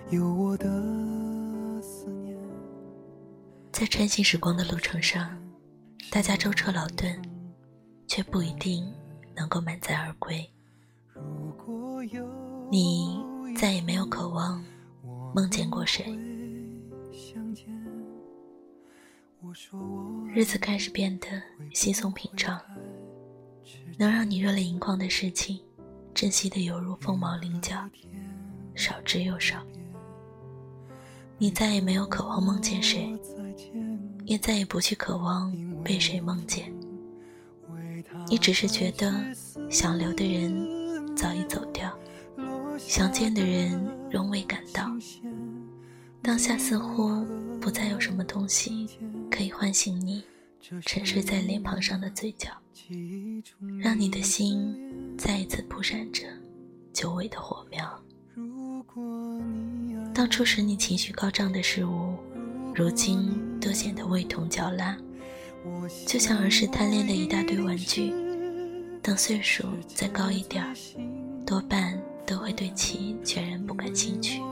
有我的思念。 在穿行时光的路程上，大家舟车劳顿，却不一定能够满载而归。你再也没有渴望梦见过谁，日子开始变得稀松平常，能让你热泪盈眶的事情，珍惜的犹如凤毛麟角，少之又少。你再也没有渴望梦见谁，也再也不去渴望被谁梦见。你只是觉得想留的人早已走掉，想见的人仍未赶到，当下似乎不再有什么东西可以唤醒你沉睡在脸庞上的嘴角，让你的心再一次扑闪着久违的火苗。当初使你情绪高涨的事物，如今都显得味同嚼蜡，就像儿时贪恋的一大堆玩具，等岁数再高一点，多半都会对其全然不感兴趣。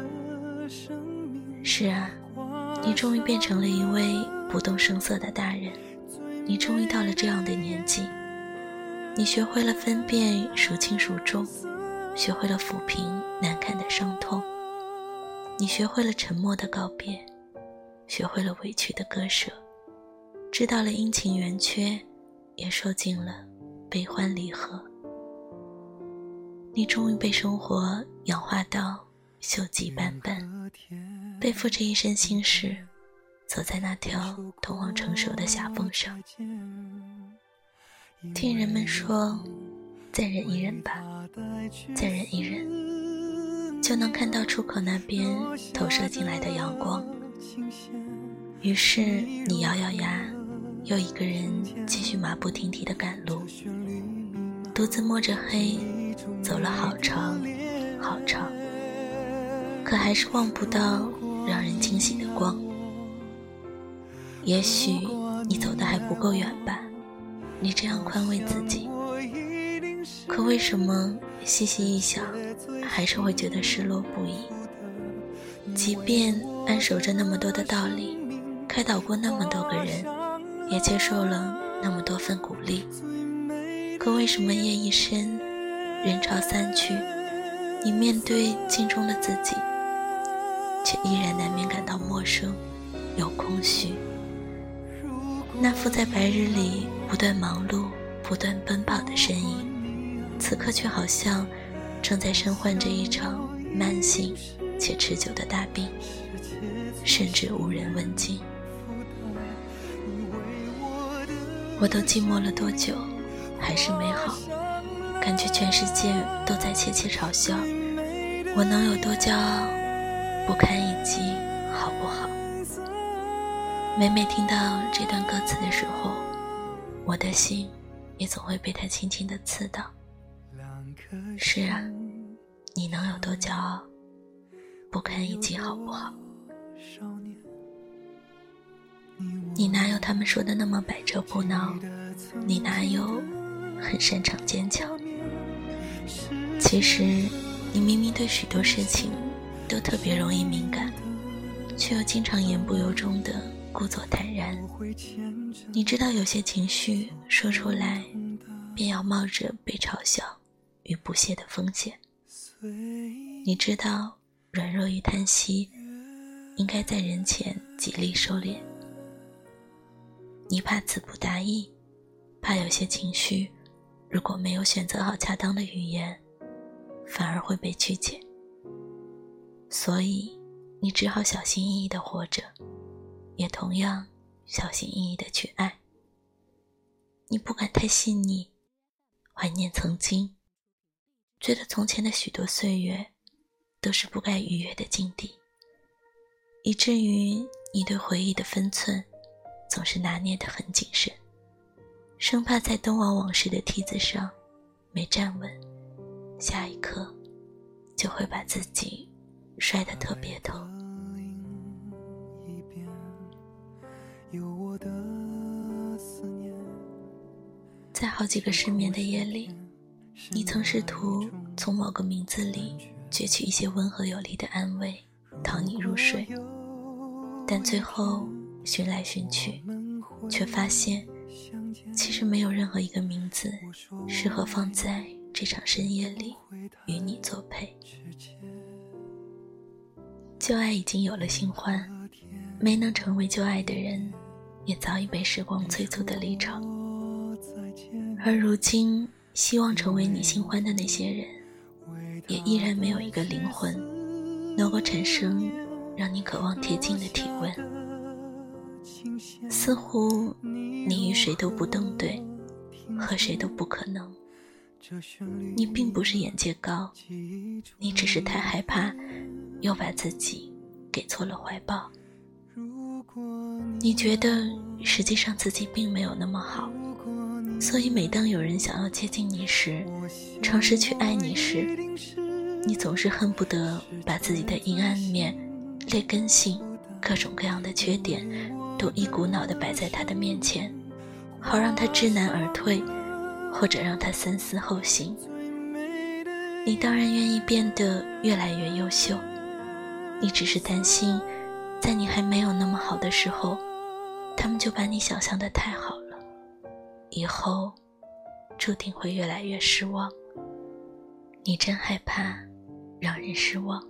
是啊，你终于变成了一位不动声色的大人，你终于到了这样的年纪，你学会了分辨孰轻孰重，学会了抚平难堪的伤痛，你学会了沉默的告别，学会了委屈的割舍，知道了阴晴圆缺，也受尽了悲欢离合。你终于被生活氧化到锈迹斑斑，背负着一身心事，走在那条通往成熟的狭缝上。听人们说，再忍一忍吧，再忍一忍，就能看到出口那边投射进来的阳光。于是你咬咬牙，又一个人继续马不停蹄地赶路，独自摸着黑走了好长好长，可还是望不到让人惊喜的光。也许你走得还不够远吧，你这样宽慰自己，可为什么细细一想，还是会觉得失落不已？即便安守着那么多的道理，开导过那么多个人，也接受了那么多份鼓励，可为什么夜已深，人潮散去，你面对镜中的自己，却依然难免感到陌生又空虚？那副在白日里不断忙碌不断奔跑的身影，此刻却好像正在身患着一场慢性且持久的大病，甚至无人问津。我都寂寞了多久，还是没好，感觉全世界都在窃窃嘲笑，我能有多骄傲，不堪一击，好不好？每每听到这段歌词的时候，我的心也总会被它轻轻地刺到。是啊，你能有多骄傲，不堪一击，好不好？你哪有他们说的那么百折不挠，你哪有很擅长坚强？其实你明明对许多事情都特别容易敏感，却又经常言不由衷地故作坦然。你知道有些情绪说出来便要冒着被嘲笑与不屑的风险，你知道软弱与叹息应该在人前极力收敛，你怕词不达意，怕有些情绪如果没有选择好恰当的语言，反而会被曲解，所以你只好小心翼翼地活着，也同样小心翼翼地去爱。你不敢太细腻，怀念曾经，觉得从前的许多岁月都是不该逾越的境地，以至于你对回忆的分寸总是拿捏得很谨慎，生怕在登往往事的梯子上没站稳，下一刻就会把自己摔得特别疼。在好几个失眠的夜里，你曾试图从某个名字里攫取一些温和有力的安慰讨你入睡，但最后寻来寻去，却发现其实没有任何一个名字适合放在这场深夜里与你作配。旧爱已经有了新欢，没能成为旧爱的人也早已被时光催促的离场，而如今希望成为你新欢的那些人，也依然没有一个灵魂能够产生让你渴望贴近的体温。似乎你与谁都不登对，和谁都不可能。你并不是眼界高，你只是太害怕又把自己给错了怀抱。你觉得实际上自己并没有那么好，所以每当有人想要接近你时，尝试去爱你时，你总是恨不得把自己的阴暗面、劣根性、各种各样的缺点都一股脑地摆在他的面前，好让他知难而退，或者让他三思后行。你当然愿意变得越来越优秀，你只是担心在你还没有那么好的时候，他们就把你想象得太好了，以后注定会越来越失望。你真害怕让人失望。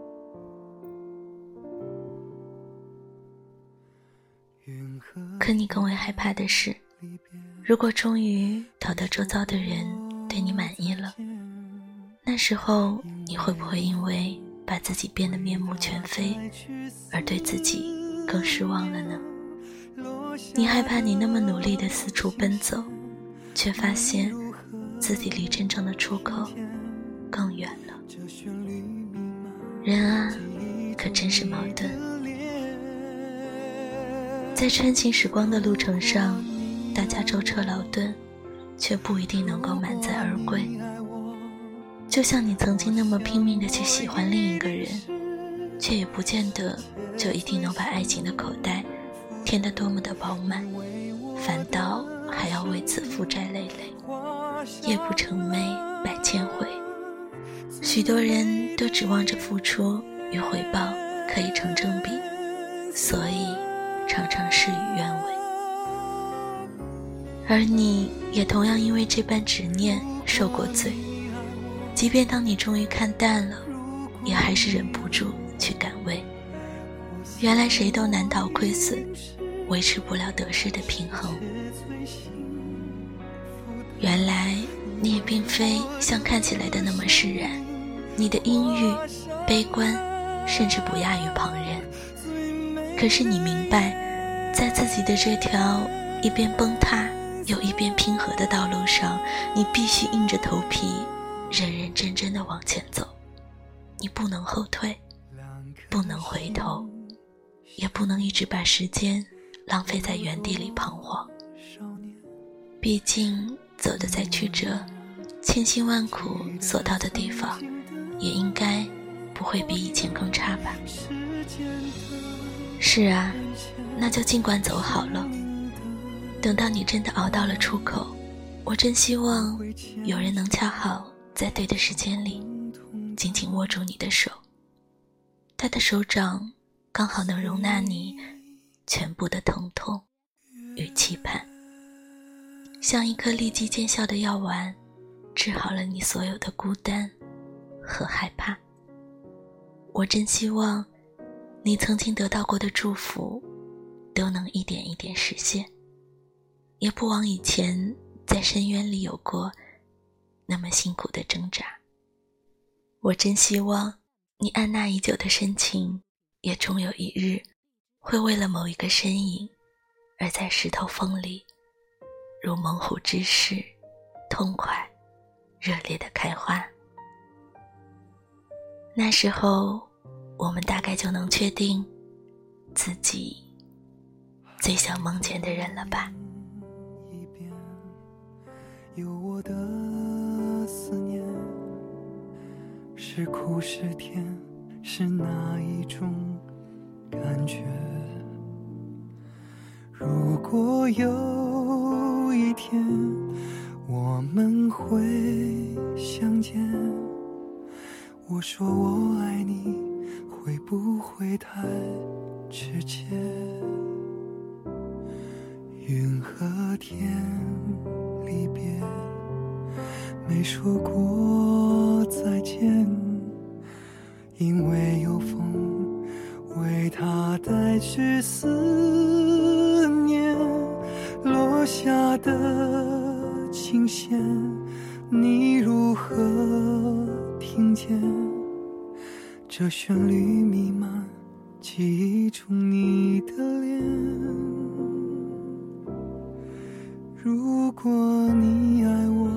可你更为害怕的是，如果终于讨得周遭的人对你满意了，那时候你会不会因为把自己变得面目全非而对自己更失望了呢？你害怕你那么努力地四处奔走，却发现自己离真正的出口更远了。人啊，可真是矛盾。在穿行时光的路程上，大家舟车劳顿，却不一定能够满载而归。就像你曾经那么拼命地去喜欢另一个人，却也不见得就一定能把爱情的口袋填得多么的饱满，反倒还要为此负债累累，夜不成寐百千回。许多人都指望着付出与回报可以成正比，所以常常事与愿违。而你也同样因为这般执念受过罪，即便当你终于看淡了，也还是忍不住去感慰。原来谁都难逃亏损，维持不了得失的平衡。原来你也并非像看起来的那么释然，你的阴郁、悲观，甚至不亚于旁人。可是你明白，在自己的这条一边崩塌又一边拼合的道路上，你必须硬着头皮认认真真地往前走。你不能后退，不能回头，也不能一直把时间浪费在原地里彷徨。毕竟走得再曲折，千辛万苦所到的地方，也应该不会比以前更差吧。是啊，那就尽管走好了。等到你真的熬到了出口，我真希望有人能恰好在对的时间里紧紧握住你的手，他的手掌刚好能容纳你全部的疼痛与期盼，像一颗立即见效的药丸，治好了你所有的孤单和害怕。我真希望你曾经得到过的祝福都能一点一点实现，也不枉以前在深渊里有过那么辛苦的挣扎。我真希望你按捺已久的深情，也终有一日会为了某一个身影而在石头缝里如猛虎之势，痛快热烈的开花。那时候我们大概就能确定自己最想梦见的人了吧。 一边有我的思念，是苦是甜，是哪一种感觉？如果有一天我们会相见，我说我爱你， 会不会太直接？云和天离别，没说过再见，因为有风为它带去思念，落下的琴弦，你如何听见？这旋律弥漫记忆中你的脸。如果你爱我，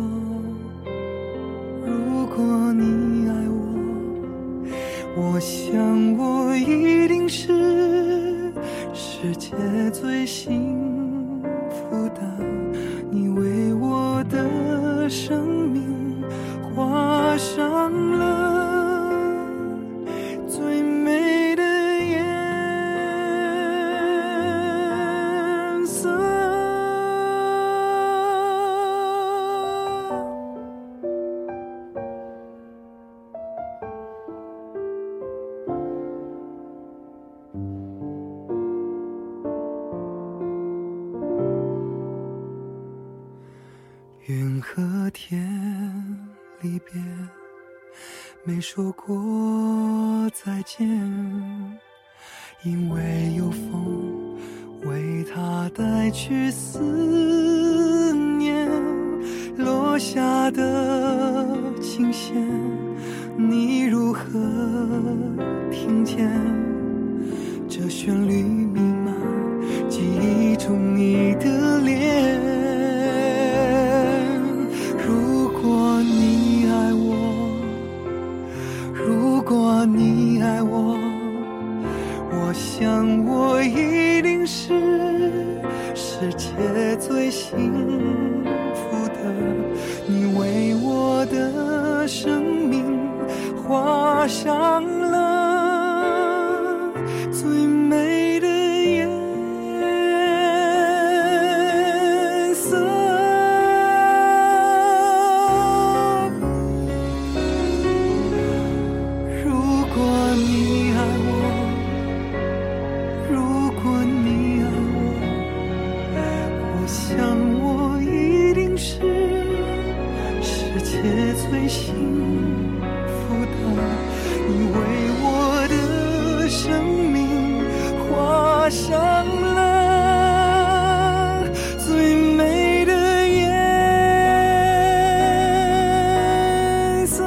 如果你爱我，我想我一定是世界最幸福的。你为我的生命画上了最美的颜色。云和天离别，没说过再见，因为有风为它带去思念，落下的琴弦，你如何听见？这旋律弥漫记忆中你的脸。如果你爱我，我想我一定是世界最幸福的。你为我的生命画上了最美的颜色。最幸福的，你为我的生命画上了最美的颜色。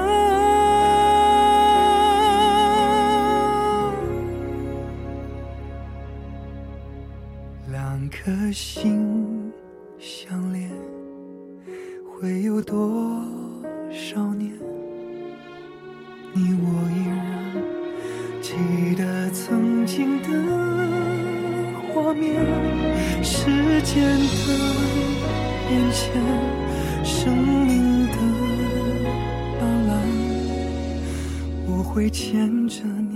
两颗心相连，会有多少年？你我依然记得曾经的画面，时间的变迁，生命的斑斓，我会牵着你